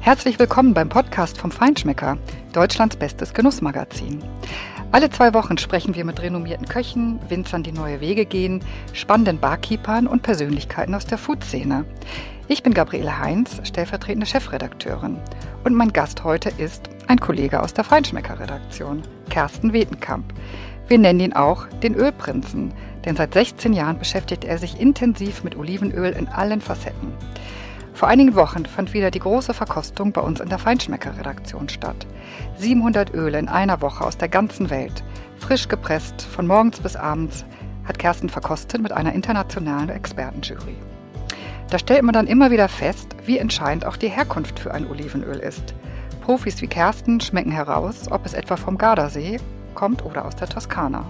Herzlich willkommen beim Podcast vom Feinschmecker, Deutschlands bestes Genussmagazin. Alle 2 Wochen sprechen wir mit renommierten Köchen, Winzern, die neue Wege gehen, spannenden Barkeepern und Persönlichkeiten aus der Food-Szene. Ich bin Gabriele Heinz, stellvertretende Chefredakteurin. Und mein Gast heute ist ein Kollege aus der Feinschmecker-Redaktion, Kersten Wetenkamp. Wir nennen ihn auch den Ölprinzen, denn seit 16 Jahren beschäftigt er sich intensiv mit Olivenöl in allen Facetten. Vor einigen Wochen fand wieder die große Verkostung bei uns in der Feinschmecker-Redaktion statt. 700 Öle in einer Woche aus der ganzen Welt, frisch gepresst, von morgens bis abends, hat Kersten verkostet mit einer internationalen Expertenjury. Da stellt man dann immer wieder fest, wie entscheidend auch die Herkunft für ein Olivenöl ist. Profis wie Kersten schmecken heraus, ob es etwa vom Gardasee kommt oder aus der Toskana.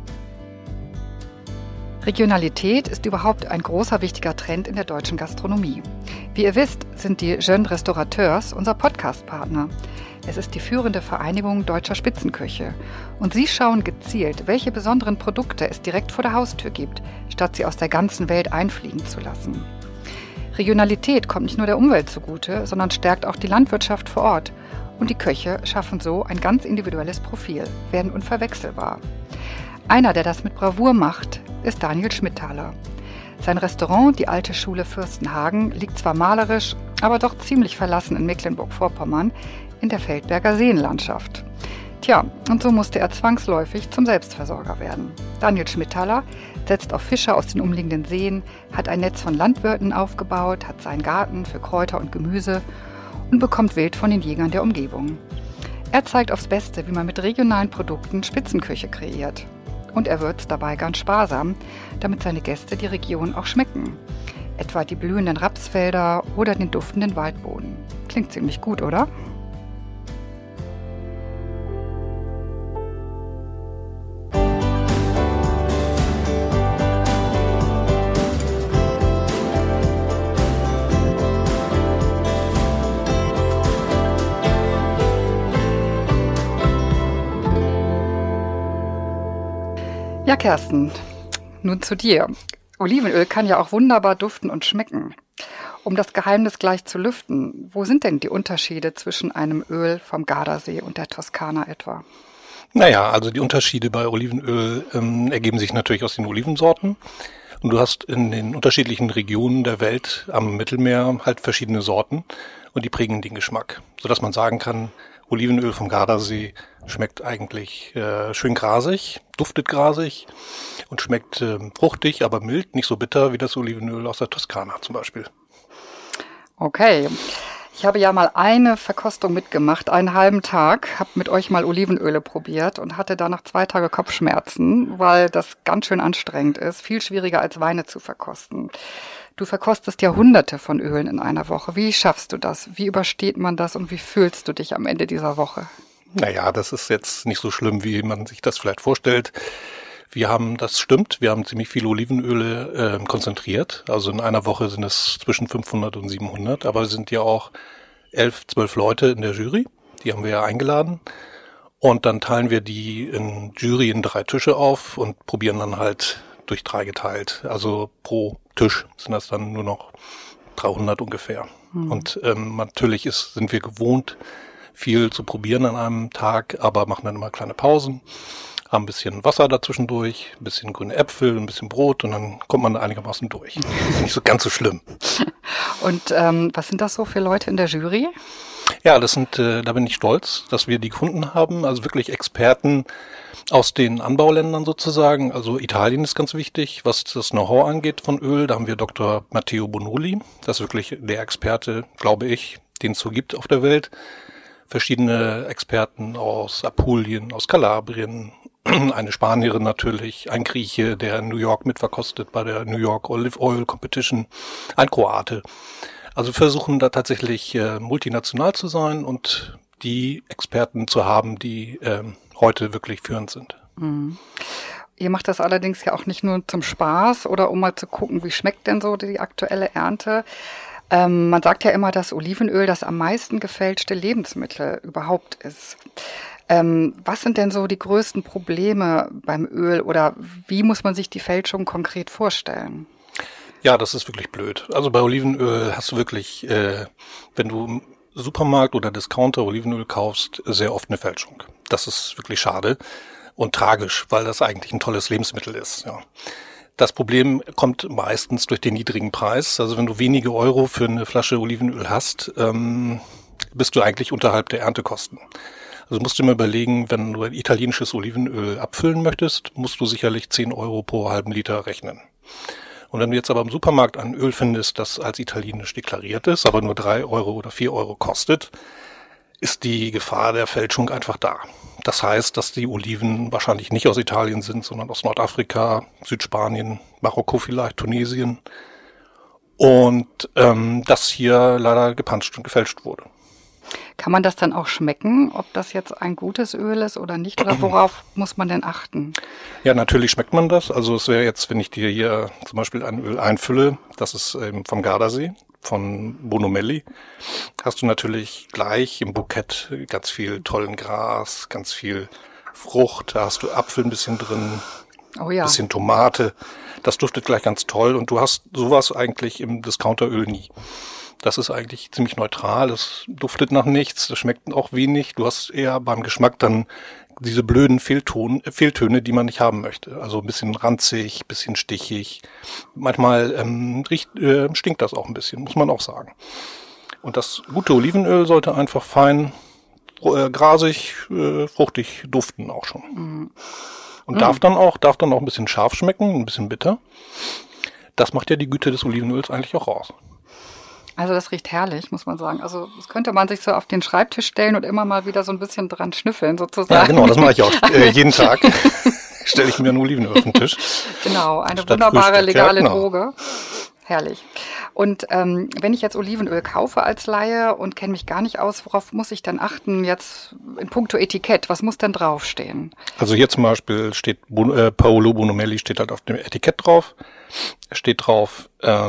Regionalität ist überhaupt ein großer wichtiger Trend in der deutschen Gastronomie. Wie ihr wisst, sind die Jeunes Restaurateurs unser Podcast-Partner. Es ist die führende Vereinigung deutscher Spitzenköche. Und sie schauen gezielt, welche besonderen Produkte es direkt vor der Haustür gibt, statt sie aus der ganzen Welt einfliegen zu lassen. Regionalität kommt nicht nur der Umwelt zugute, sondern stärkt auch die Landwirtschaft vor Ort. Und die Köche schaffen so ein ganz individuelles Profil, werden unverwechselbar. Einer, der das mit Bravour macht, ist Daniel Schmidthaler. Sein Restaurant, die Alte Schule Fürstenhagen, liegt zwar malerisch, aber doch ziemlich verlassen in Mecklenburg-Vorpommern in der Feldberger Seenlandschaft. Tja, und so musste er zwangsläufig zum Selbstversorger werden. Daniel Schmidthaler setzt auf Fische aus den umliegenden Seen, hat ein Netz von Landwirten aufgebaut, hat seinen Garten für Kräuter und Gemüse und bekommt Wild von den Jägern der Umgebung. Er zeigt aufs Beste, wie man mit regionalen Produkten Spitzenküche kreiert. Und er würzt dabei ganz sparsam, damit seine Gäste die Region auch schmecken. Etwa die blühenden Rapsfelder oder den duftenden Waldboden. Klingt ziemlich gut, oder? Ja, Kersten, nun zu dir. Olivenöl kann ja auch wunderbar duften und schmecken. Um das Geheimnis gleich zu lüften, wo sind denn die Unterschiede zwischen einem Öl vom Gardasee und der Toskana etwa? Naja, also die Unterschiede bei Olivenöl ergeben sich natürlich aus den Olivensorten. Und du hast in den unterschiedlichen Regionen der Welt am Mittelmeer halt verschiedene Sorten und die prägen den Geschmack, sodass man sagen kann, Olivenöl vom Gardasee schmeckt eigentlich schön grasig, duftet grasig und schmeckt fruchtig, aber mild, nicht so bitter wie das Olivenöl aus der Toskana zum Beispiel. Okay, ich habe ja mal eine Verkostung mitgemacht, einen halben Tag, habe mit euch mal Olivenöle probiert und hatte danach 2 Tage Kopfschmerzen, weil das ganz schön anstrengend ist, viel schwieriger als Weine zu verkosten. Du verkostest ja Hunderte von Ölen in einer Woche. Wie schaffst du das? Wie übersteht man das und wie fühlst du dich am Ende dieser Woche? Naja, das ist jetzt nicht so schlimm, wie man sich das vielleicht vorstellt. Das stimmt, wir haben ziemlich viele Olivenöle konzentriert. Also in einer Woche sind es zwischen 500 und 700. Aber es sind ja auch 11, 12 Leute in der Jury. Die haben wir ja eingeladen. Und dann teilen wir die Jury in 3 Tische auf und probieren dann halt durch 3 geteilt. Also pro Tisch sind das dann nur noch 300 ungefähr. Und natürlich sind wir gewohnt, viel zu probieren an einem Tag, aber machen dann immer kleine Pausen, haben ein bisschen Wasser dazwischendurch, ein bisschen grüne Äpfel, ein bisschen Brot und dann kommt man einigermaßen durch. Nicht so ganz so schlimm. Und was sind das so für Leute in der Jury? Ja, da bin ich stolz, dass wir die gefunden haben, also wirklich Experten aus den Anbauländern sozusagen. Also Italien ist ganz wichtig, was das Know-how angeht von Öl. Da haben wir Dr. Matteo Bonoli, das ist wirklich der Experte, glaube ich, den es so gibt auf der Welt. Verschiedene Experten aus Apulien, aus Kalabrien, eine Spanierin natürlich, ein Grieche, der in New York mitverkostet bei der New York Olive Oil Competition, ein Kroate. Also versuchen da tatsächlich multinational zu sein und die Experten zu haben, die heute wirklich führend sind. Mhm. Ihr macht das allerdings ja auch nicht nur zum Spaß oder um mal zu gucken, wie schmeckt denn so die aktuelle Ernte. Man sagt ja immer, dass Olivenöl das am meisten gefälschte Lebensmittel überhaupt ist. Was sind denn so die größten Probleme beim Öl oder wie muss man sich die Fälschung konkret vorstellen? Ja, das ist wirklich blöd. Also bei Olivenöl hast du wirklich, wenn du Supermarkt oder Discounter Olivenöl kaufst, sehr oft eine Fälschung. Das ist wirklich schade und tragisch, weil das eigentlich ein tolles Lebensmittel ist. Ja. Das Problem kommt meistens durch den niedrigen Preis. Also wenn du wenige Euro für eine Flasche Olivenöl hast, bist du eigentlich unterhalb der Erntekosten. Also musst du dir mal überlegen, wenn du ein italienisches Olivenöl abfüllen möchtest, musst du sicherlich 10 Euro pro halben Liter rechnen. Und wenn du jetzt aber im Supermarkt ein Öl findest, das als italienisch deklariert ist, aber nur 3 Euro oder 4 Euro kostet, ist die Gefahr der Fälschung einfach da. Das heißt, dass die Oliven wahrscheinlich nicht aus Italien sind, sondern aus Nordafrika, Südspanien, Marokko vielleicht, Tunesien. Und das hier leider gepanscht und gefälscht wurde. Kann man das dann auch schmecken, ob das jetzt ein gutes Öl ist oder nicht? Oder worauf muss man denn achten? Ja, natürlich schmeckt man das. Also es wäre jetzt, wenn ich dir hier zum Beispiel ein Öl einfülle, das ist vom Gardasee, von Bonomelli, hast du natürlich gleich im Bukett ganz viel tollen Gras, ganz viel Frucht, da hast du Apfel ein bisschen drin, ein bisschen Tomate. Das duftet gleich ganz toll und du hast sowas eigentlich im Discounteröl nie. Das ist eigentlich ziemlich neutral, es duftet nach nichts, es schmeckt auch wenig. Du hast eher beim Geschmack dann diese blöden Fehltöne, die man nicht haben möchte. Also ein bisschen ranzig, ein bisschen stichig. Manchmal stinkt das auch ein bisschen, muss man auch sagen. Und das gute Olivenöl sollte einfach fein, grasig, fruchtig duften auch schon. Und darf dann auch ein bisschen scharf schmecken, ein bisschen bitter. Das macht ja die Güte des Olivenöls eigentlich auch raus. Also das riecht herrlich, muss man sagen. Also das könnte man sich so auf den Schreibtisch stellen und immer mal wieder so ein bisschen dran schnüffeln sozusagen. Ja, genau, das mache ich auch jeden Tag. Stelle ich mir ein Olivenöl auf den Tisch. Genau, eine wunderbare legale Droge. Herrlich. Und wenn ich jetzt Olivenöl kaufe als Laie und kenne mich gar nicht aus, worauf muss ich dann achten jetzt in puncto Etikett? Was muss denn draufstehen? Also hier zum Beispiel steht Paolo Bonomelli steht halt auf dem Etikett drauf. Steht drauf,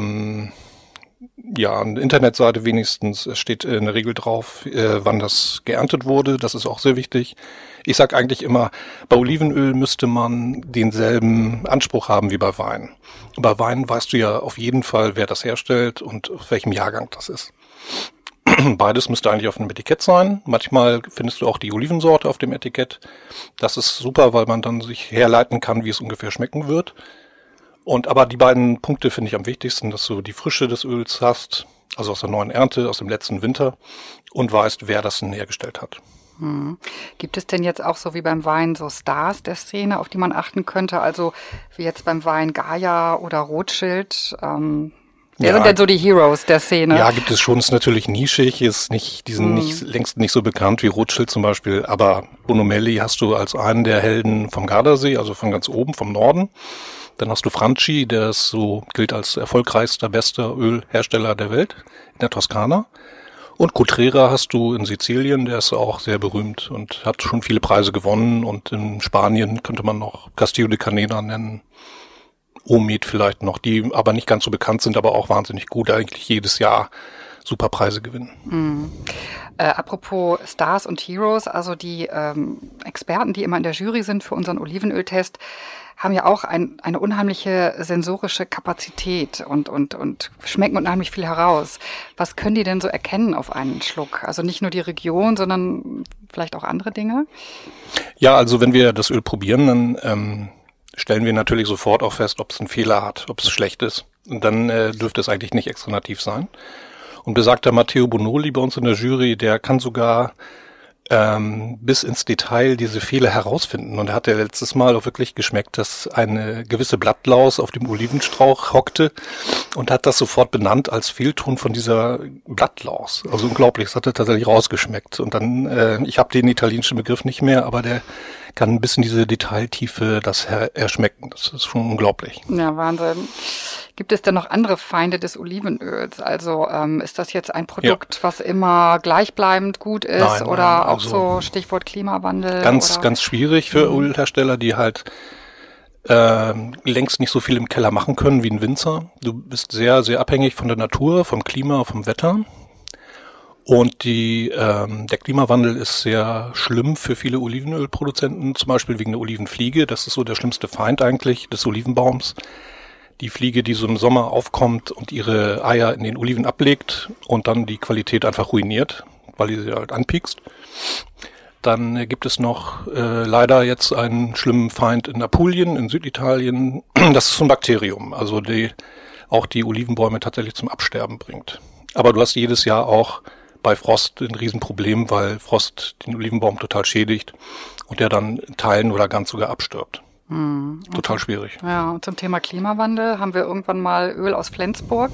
eine Internetseite wenigstens. Es steht in der Regel drauf, wann das geerntet wurde. Das ist auch sehr wichtig. Ich sage eigentlich immer, bei Olivenöl müsste man denselben Anspruch haben wie bei Wein. Bei Wein weißt du ja auf jeden Fall, wer das herstellt und auf welchem Jahrgang das ist. Beides müsste eigentlich auf dem Etikett sein. Manchmal findest du auch die Olivensorte auf dem Etikett. Das ist super, weil man dann sich herleiten kann, wie es ungefähr schmecken wird. Aber die beiden Punkte finde ich am wichtigsten, dass du die Frische des Öls hast, also aus der neuen Ernte, aus dem letzten Winter und weißt, wer das denn hergestellt hat. Gibt es denn jetzt auch so wie beim Wein so Stars der Szene, auf die man achten könnte? Also wie jetzt beim Wein Gaia oder Rothschild? Wer sind denn so die Heroes der Szene? Ja, gibt es schon, ist natürlich nischig, die sind längst nicht so bekannt wie Rothschild zum Beispiel, aber Bonomelli hast du als einen der Helden vom Gardasee, also von ganz oben, vom Norden. Dann hast du Franchi, der gilt als erfolgreichster, bester Ölhersteller der Welt in der Toskana. Und Cutrera hast du in Sizilien, der ist auch sehr berühmt und hat schon viele Preise gewonnen. Und in Spanien könnte man noch Castillo de Canena nennen, Omid vielleicht noch, die aber nicht ganz so bekannt sind, aber auch wahnsinnig gut, eigentlich jedes Jahr super Preise gewinnen. Apropos Stars und Heroes, also die Experten, die immer in der Jury sind für unseren Olivenöltest, haben ja auch eine unheimliche sensorische Kapazität und schmecken unheimlich viel heraus. Was können die denn so erkennen auf einen Schluck? Also nicht nur die Region, sondern vielleicht auch andere Dinge? Ja, also wenn wir das Öl probieren, dann stellen wir natürlich sofort auch fest, ob es einen Fehler hat, ob es schlecht ist. Und dann dürfte es eigentlich nicht extra nativ sein. Und besagter Matteo Bonoli bei uns in der Jury, der kann sogar bis ins Detail diese Fehler herausfinden. Und er hat ja letztes Mal auch wirklich geschmeckt, dass eine gewisse Blattlaus auf dem Olivenstrauch hockte und hat das sofort benannt als Fehlton von dieser Blattlaus. Also unglaublich, das hat er tatsächlich rausgeschmeckt. Und dann, ich habe den italienischen Begriff nicht mehr, aber der kann ein bisschen diese Detailtiefe das erschmecken. Das ist schon unglaublich. Ja, Wahnsinn. Gibt es denn noch andere Feinde des Olivenöls? Also ist das jetzt ein Produkt, was immer gleichbleibend gut ist? Nein, oder auch also so Stichwort Klimawandel? Ganz schwierig für Ölhersteller, die halt längst nicht so viel im Keller machen können wie ein Winzer. Du bist sehr, sehr abhängig von der Natur, vom Klima, vom Wetter. Und der Klimawandel ist sehr schlimm für viele Olivenölproduzenten, zum Beispiel wegen der Olivenfliege. Das ist so der schlimmste Feind eigentlich des Olivenbaums. Die Fliege, die so im Sommer aufkommt und ihre Eier in den Oliven ablegt und dann die Qualität einfach ruiniert. weil die sie halt anpiekst. Dann gibt es noch leider jetzt einen schlimmen Feind in Apulien, in Süditalien. Das ist so ein Bakterium, also auch die Olivenbäume tatsächlich zum Absterben bringt. Aber du hast jedes Jahr auch bei Frost ein Riesenproblem, weil Frost den Olivenbaum total schädigt und der dann in Teilen oder ganz sogar abstirbt. Total schwierig. Ja, und zum Thema Klimawandel haben wir irgendwann mal Öl aus Flensburg.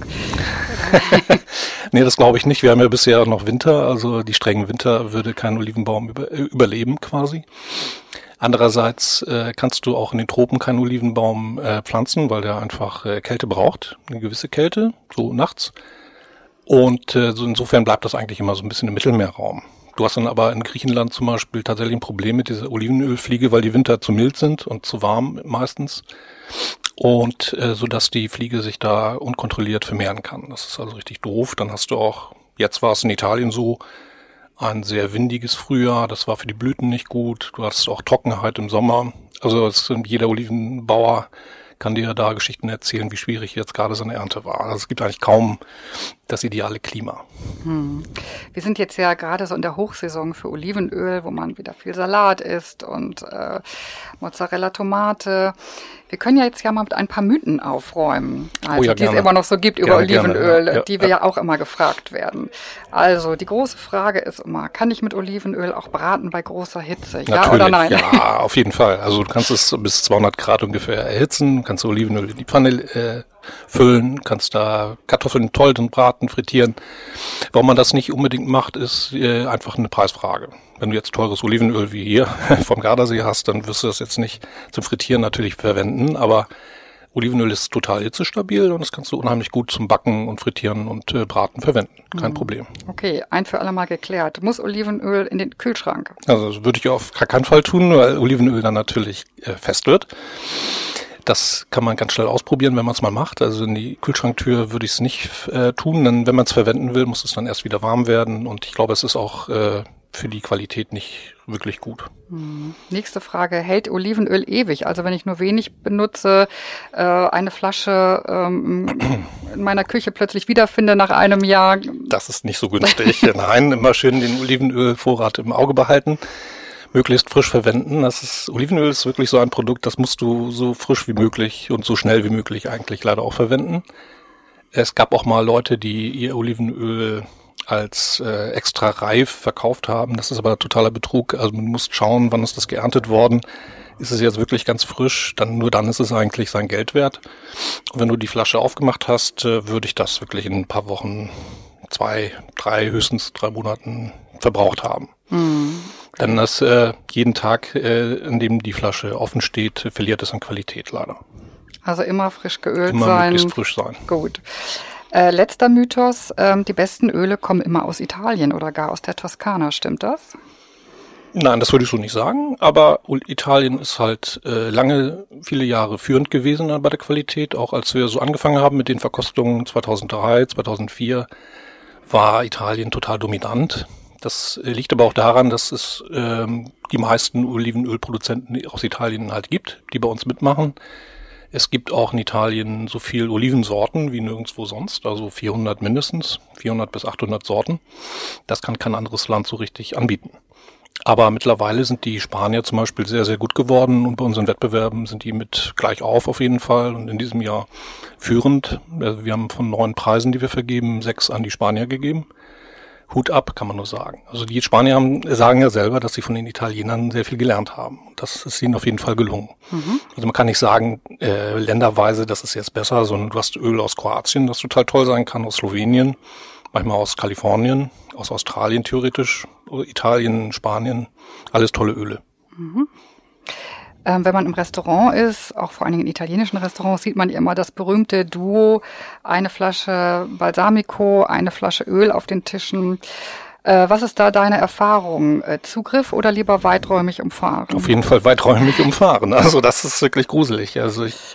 Nee, das glaube ich nicht. Wir haben ja bisher noch Winter, also die strengen Winter würde kein Olivenbaum überleben quasi. Andererseits kannst du auch in den Tropen keinen Olivenbaum pflanzen, weil der einfach Kälte braucht, eine gewisse Kälte, so nachts. Und so insofern bleibt das eigentlich immer so ein bisschen im Mittelmeerraum. Du hast dann aber in Griechenland zum Beispiel tatsächlich ein Problem mit dieser Olivenölfliege, weil die Winter zu mild sind und zu warm meistens. Und so dass die Fliege sich da unkontrolliert vermehren kann. Das ist also richtig doof. Dann hast du auch, jetzt war es in Italien so, ein sehr windiges Frühjahr. Das war für die Blüten nicht gut. Du hattest auch Trockenheit im Sommer. Also jeder Olivenbauer kann dir da Geschichten erzählen, wie schwierig jetzt gerade seine Ernte war. Also es gibt eigentlich kaum das ideale Klima. Wir sind jetzt ja gerade so in der Hochsaison für Olivenöl, wo man wieder viel Salat isst und Mozzarella, Tomate. Wir können ja jetzt mal mit ein paar Mythen aufräumen, also, die es immer noch so gibt über Olivenöl, gerne, die wir ja auch immer gefragt werden. Also die große Frage ist immer, kann ich mit Olivenöl auch braten bei großer Hitze? Natürlich, ja oder nein? Ja, auf jeden Fall. Also du kannst es bis 200 Grad ungefähr erhitzen, kannst Olivenöl in die Pfanne füllen, kannst da Kartoffeln toll drin braten, frittieren. Warum man das nicht unbedingt macht, ist einfach eine Preisfrage. Wenn du jetzt teures Olivenöl wie hier vom Gardasee hast, dann wirst du das jetzt nicht zum Frittieren natürlich verwenden, aber Olivenöl ist total hitzestabil und das kannst du unheimlich gut zum Backen und Frittieren und Braten verwenden. Kein Problem. Okay, ein für alle Mal geklärt. Muss Olivenöl in den Kühlschrank? Also das würde ich auf gar keinen Fall tun, weil Olivenöl dann natürlich fest wird. Das kann man ganz schnell ausprobieren, wenn man es mal macht. Also in die Kühlschranktür würde ich es nicht tun, denn wenn man es verwenden will, muss es dann erst wieder warm werden und ich glaube, es ist auch für die Qualität nicht wirklich gut. Nächste Frage, hält Olivenöl ewig? Also wenn ich nur wenig benutze, eine Flasche in meiner Küche plötzlich wiederfinde nach einem Jahr? Das ist nicht so günstig. Nein, immer schön den Olivenölvorrat im Auge behalten. Möglichst frisch verwenden. Olivenöl ist wirklich so ein Produkt, das musst du so frisch wie möglich und so schnell wie möglich eigentlich leider auch verwenden. Es gab auch mal Leute, die ihr Olivenöl als extra reif verkauft haben. Das ist aber totaler Betrug. Also man muss schauen, wann ist das geerntet worden. Ist es jetzt wirklich ganz frisch, nur dann ist es eigentlich sein Geld wert. Und wenn du die Flasche aufgemacht hast, würde ich das wirklich in ein paar Wochen, 2, 3, höchstens 3 Monaten verbraucht haben. Denn das jeden Tag, in dem die Flasche offen steht, verliert es an Qualität leider. Also immer frisch geölt immer sein. Möglichst frisch sein. Gut. Letzter Mythos, die besten Öle kommen immer aus Italien oder gar aus der Toskana, stimmt das? Nein, das würde ich so nicht sagen, aber Italien ist halt viele Jahre führend gewesen bei der Qualität. Auch als wir so angefangen haben mit den Verkostungen 2003, 2004, war Italien total dominant. Das liegt aber auch daran, dass es die meisten Olivenölproduzenten aus Italien halt gibt, die bei uns mitmachen. Es gibt auch in Italien so viel Olivensorten wie nirgendwo sonst, also 400 mindestens, 400 bis 800 Sorten. Das kann kein anderes Land so richtig anbieten. Aber mittlerweile sind die Spanier zum Beispiel sehr, sehr gut geworden und bei unseren Wettbewerben sind die mit gleich auf jeden Fall und in diesem Jahr führend. Also wir haben von 9 Preisen, die wir vergeben, 6 an die Spanier gegeben. Hut ab, kann man nur sagen. Also die Spanier sagen ja selber, dass sie von den Italienern sehr viel gelernt haben. Das ist ihnen auf jeden Fall gelungen. Also man kann nicht sagen, länderweise, das ist jetzt besser, sondern du hast Öl aus Kroatien, das total toll sein kann, aus Slowenien, manchmal aus Kalifornien, aus Australien theoretisch, Italien, Spanien, alles tolle Öle. Wenn man im Restaurant ist, auch vor allen Dingen in italienischen Restaurants, sieht man immer das berühmte Duo, eine Flasche Balsamico, eine Flasche Öl auf den Tischen. Was ist da deine Erfahrung? Zugriff oder lieber weiträumig umfahren? Auf jeden Fall weiträumig umfahren. Also das ist wirklich gruselig. Also ich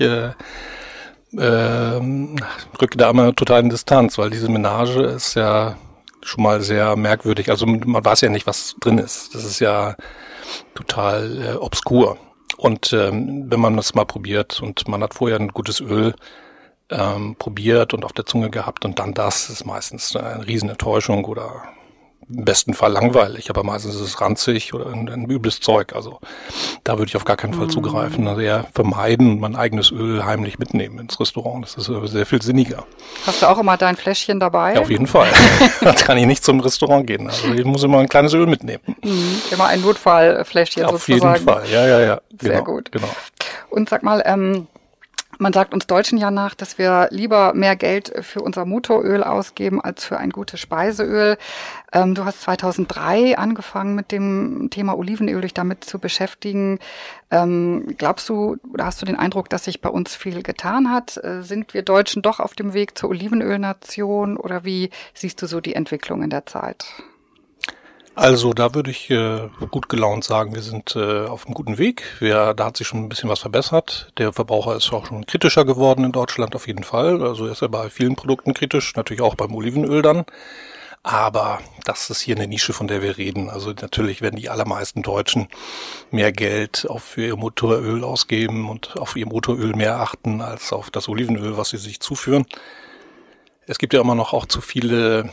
rücke da immer total in Distanz, weil diese Menage ist ja schon mal sehr merkwürdig. Also man weiß ja nicht, was drin ist. Das ist ja total obskur. Und wenn man das mal probiert und man hat vorher ein gutes Öl probiert und auf der Zunge gehabt und dann das ist meistens eine riesen Enttäuschung oder im besten Fall langweilig, aber meistens ist es ranzig oder ein übles Zeug. Also da würde ich auf gar keinen Fall zugreifen. Also eher vermeiden, mein eigenes Öl heimlich mitnehmen ins Restaurant. Das ist sehr viel sinniger. Hast du auch immer dein Fläschchen dabei? Ja, auf jeden Fall. Da kann ich nicht zum Restaurant gehen. Also ich muss immer ein kleines Öl mitnehmen. Immer ein Notfallfläschchen auf sozusagen. Auf jeden Fall, ja. Sehr gut. Genau. Und sag mal, man sagt uns Deutschen ja nach, dass wir lieber mehr Geld für unser Motoröl ausgeben als für ein gutes Speiseöl. Du hast 2003 angefangen mit dem Thema Olivenöl, dich damit zu beschäftigen. Glaubst du oder hast du den Eindruck, dass sich bei uns viel getan hat? Sind wir Deutschen doch auf dem Weg zur Olivenölnation oder wie siehst du so die Entwicklung in der Zeit? Also da würde ich gut gelaunt sagen, wir sind auf einem guten Weg. Da hat sich schon ein bisschen was verbessert. Der Verbraucher ist auch schon kritischer geworden in Deutschland auf jeden Fall. Also ist er bei vielen Produkten kritisch, natürlich auch beim Olivenöl dann. Aber das ist hier eine Nische, von der wir reden. Also natürlich werden die allermeisten Deutschen mehr Geld für ihr Motoröl ausgeben und auf ihr Motoröl mehr achten als auf das Olivenöl, was sie sich zuführen. Es gibt ja immer noch auch zu viele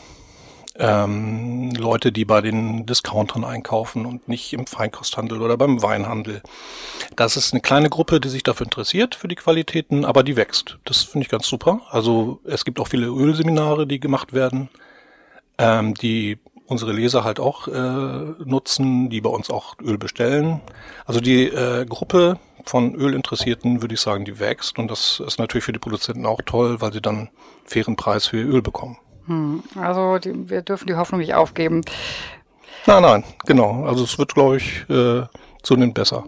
Leute, die bei den Discountern einkaufen und nicht im Feinkosthandel oder beim Weinhandel. Das ist eine kleine Gruppe, die sich dafür interessiert, für die Qualitäten, aber die wächst. Das finde ich ganz super. Also es gibt auch viele Ölseminare, die gemacht werden, die unsere Leser halt auch nutzen, die bei uns auch Öl bestellen. Also die Gruppe von Ölinteressierten, würde ich sagen, die wächst und das ist natürlich für die Produzenten auch toll, weil sie dann einen fairen Preis für ihr Öl bekommen. Also wir dürfen die Hoffnung nicht aufgeben. Nein, genau. Also es wird, glaube ich, zunehmend besser.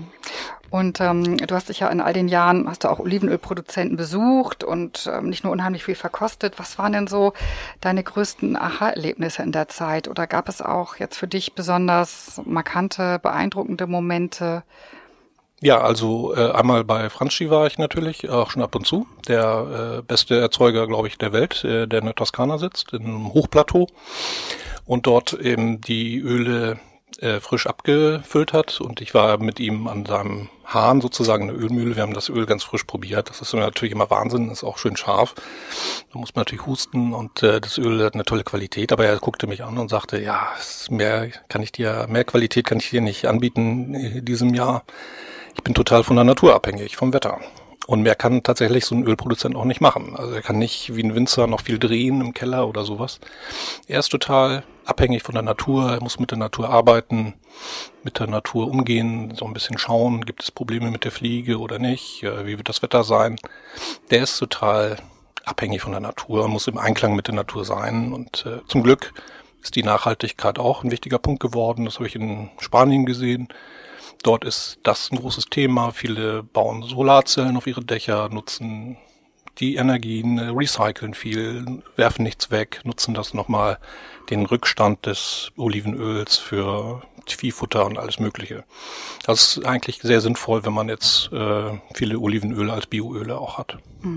Und du hast dich ja in all den Jahren, hast du auch Olivenölproduzenten besucht und nicht nur unheimlich viel verkostet. Was waren denn so deine größten Aha-Erlebnisse in der Zeit? Oder gab es auch jetzt für dich besonders markante, beeindruckende Momente? Ja, also einmal bei Franchi war ich natürlich, auch schon ab und zu. Der beste Erzeuger, glaube ich, der Welt, der in der Toskana sitzt, im Hochplateau. Und dort eben die Öle frisch abgefüllt hat. Und ich war mit ihm an seinem Hahn sozusagen, eine Ölmühle. Wir haben das Öl ganz frisch probiert. Das ist natürlich immer Wahnsinn, ist auch schön scharf. Da muss man natürlich husten und das Öl hat eine tolle Qualität. Aber er guckte mich an und sagte, ja, mehr Qualität kann ich dir nicht anbieten in diesem Jahr. Ich bin total von der Natur abhängig, vom Wetter. Und mehr kann tatsächlich so ein Ölproduzent auch nicht machen. Also er kann nicht wie ein Winzer noch viel drehen im Keller oder sowas. Er ist total abhängig von der Natur. Er muss mit der Natur arbeiten, mit der Natur umgehen, so ein bisschen schauen, gibt es Probleme mit der Fliege oder nicht, wie wird das Wetter sein. Der ist total abhängig von der Natur und muss im Einklang mit der Natur sein. Und zum Glück ist die Nachhaltigkeit auch ein wichtiger Punkt geworden. Das habe ich in Spanien gesehen. Dort ist das ein großes Thema. Viele bauen Solarzellen auf ihre Dächer, nutzen die Energien, recyceln viel, werfen nichts weg, nutzen das nochmal, den Rückstand des Olivenöls für Viehfutter und alles Mögliche. Das ist eigentlich sehr sinnvoll, wenn man jetzt viele Olivenöle als Bioöle auch hat.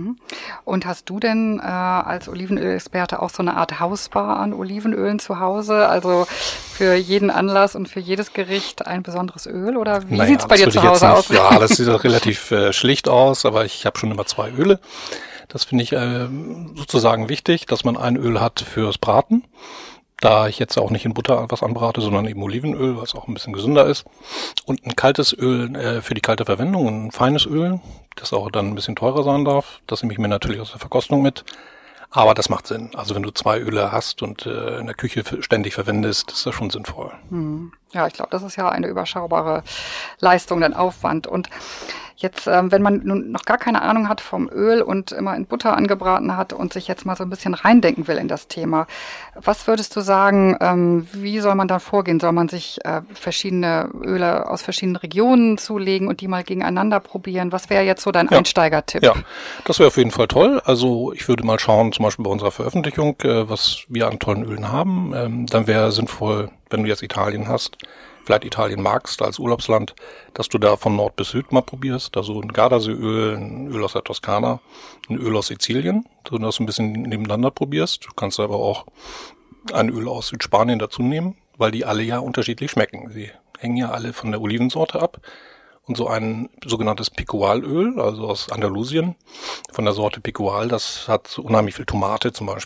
Und hast du denn als Olivenölexperte auch so eine Art Hausbar an Olivenölen zu Hause? Also für jeden Anlass und für jedes Gericht ein besonderes Öl? Oder wie sieht's bei dir zu Hause aus? Ja, das sieht relativ schlicht aus, aber ich habe schon immer 2 Öle. Das finde ich sozusagen wichtig, dass man ein Öl hat fürs Braten. Da ich jetzt auch nicht in Butter was anbrate, sondern eben Olivenöl, was auch ein bisschen gesünder ist. Und ein kaltes Öl für die kalte Verwendung, ein feines Öl, das auch dann ein bisschen teurer sein darf. Das nehme ich mir natürlich aus der Verkostung mit. Aber das macht Sinn. Also wenn du 2 Öle hast und in der Küche ständig verwendest, ist das schon sinnvoll. Ja, ich glaube, das ist ja eine überschaubare Leistung, ein Aufwand. Und jetzt, wenn man nun noch gar keine Ahnung hat vom Öl und immer in Butter angebraten hat und sich jetzt mal so ein bisschen reindenken will in das Thema, was würdest du sagen, wie soll man da vorgehen? Soll man sich verschiedene Öle aus verschiedenen Regionen zulegen und die mal gegeneinander probieren? Was wäre jetzt so dein Einsteigertipp? Ja, das wäre auf jeden Fall toll. Also ich würde mal schauen, zum Beispiel bei unserer Veröffentlichung, was wir an tollen Ölen haben. Dann wäre sinnvoll, wenn du jetzt Italien hast, vielleicht Italien magst als Urlaubsland, dass du da von Nord bis Süd mal probierst. Also ein Gardaseeöl, ein Öl aus der Toskana, ein Öl aus Sizilien, so dass du ein bisschen nebeneinander probierst. Du kannst aber auch ein Öl aus Südspanien dazu nehmen, weil die alle ja unterschiedlich schmecken. Sie hängen ja alle von der Olivensorte ab. Und so ein sogenanntes Picual-Öl, also aus Andalusien, von der Sorte Picual, das hat unheimlich viel Tomate zum Beispiel.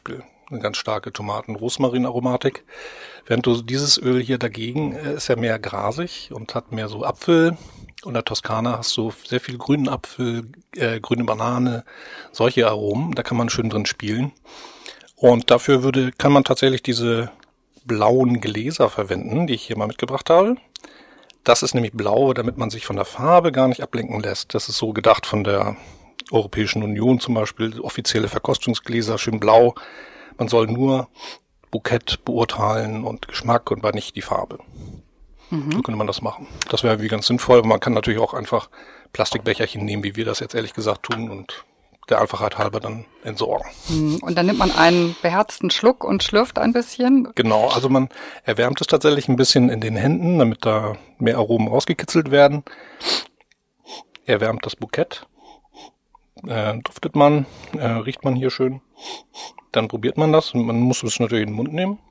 eine ganz starke Tomaten-Rosmarin-Aromatik. Während dieses Öl hier dagegen ist ja mehr grasig und hat mehr so Apfel. Und in der Toskana hast du sehr viel grünen Apfel, grüne Banane, solche Aromen. Da kann man schön drin spielen. Und dafür kann man tatsächlich diese blauen Gläser verwenden, die ich hier mal mitgebracht habe. Das ist nämlich blau, damit man sich von der Farbe gar nicht ablenken lässt. Das ist so gedacht von der Europäischen Union zum Beispiel, offizielle Verkostungsgläser, schön blau. Man soll nur Bukett beurteilen und Geschmack und nicht die Farbe. So könnte man das machen. Das wäre ganz sinnvoll. Man kann natürlich auch einfach Plastikbecherchen nehmen, wie wir das jetzt ehrlich gesagt tun und der Einfachheit halber dann entsorgen. Und dann nimmt man einen beherzten Schluck und schlürft ein bisschen? Genau, also man erwärmt es tatsächlich ein bisschen in den Händen, damit da mehr Aromen rausgekitzelt werden. Erwärmt das Bukett, duftet man, riecht man hier schön. Dann probiert man das. Man muss es natürlich in den Mund nehmen.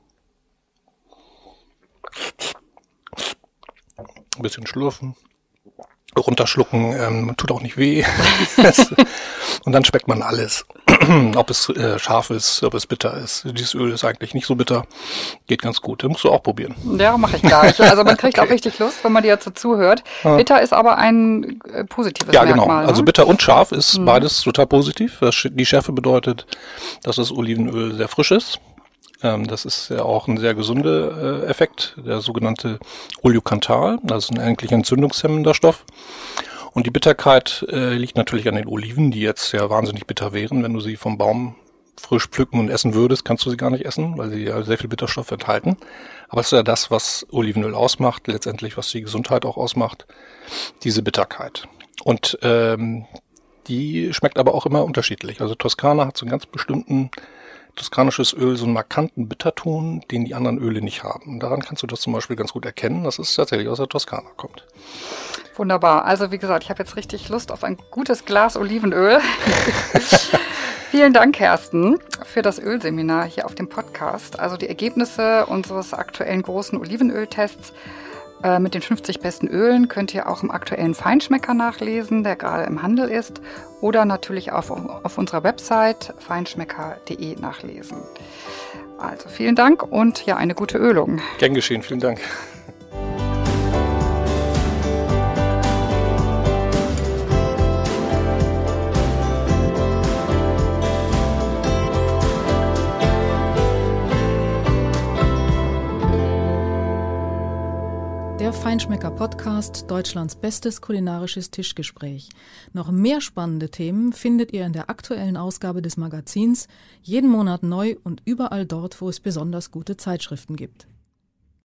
Ein bisschen schlürfen. Runterschlucken, tut auch nicht weh. Und dann schmeckt man alles. Ob es scharf ist, ob es bitter ist. Dieses Öl ist eigentlich nicht so bitter. Geht ganz gut. Das musst du auch probieren. Ja, mache ich gleich. Also man kriegt auch richtig Lust, wenn man dir dazu zuhört. Bitter ist aber ein positives Merkmal. Ja, genau. Also bitter und scharf ist beides total positiv. Die Schärfe bedeutet, dass das Olivenöl sehr frisch ist. Das ist ja auch ein sehr gesunder Effekt, der sogenannte Oleokantal. Das ist eigentlich ein entzündungshemmender Stoff. Und die Bitterkeit liegt natürlich an den Oliven, die jetzt ja wahnsinnig bitter wären. Wenn du sie vom Baum frisch pflücken und essen würdest, kannst du sie gar nicht essen, weil sie ja sehr viel Bitterstoff enthalten. Aber es ist ja das, was Olivenöl ausmacht, letztendlich was die Gesundheit auch ausmacht, diese Bitterkeit. Und die schmeckt aber auch immer unterschiedlich. Also Toskana hat so einen ganz bestimmten toskanisches Öl, so einen markanten Bitterton, den die anderen Öle nicht haben. Und daran kannst du das zum Beispiel ganz gut erkennen, dass es tatsächlich aus der Toskana kommt. Wunderbar. Also wie gesagt, ich habe jetzt richtig Lust auf ein gutes Glas Olivenöl. Vielen Dank, Kerstin, für das Ölseminar hier auf dem Podcast. Also die Ergebnisse unseres aktuellen großen Olivenöltests mit den 50 besten Ölen könnt ihr auch im aktuellen Feinschmecker nachlesen, der gerade im Handel ist, oder natürlich auf unserer Website feinschmecker.de nachlesen. Also vielen Dank und ja, eine gute Ölung. Gern geschehen, vielen Dank. Der Feinschmecker-Podcast, Deutschlands bestes kulinarisches Tischgespräch. Noch mehr spannende Themen findet ihr in der aktuellen Ausgabe des Magazins, jeden Monat neu und überall dort, wo es besonders gute Zeitschriften gibt.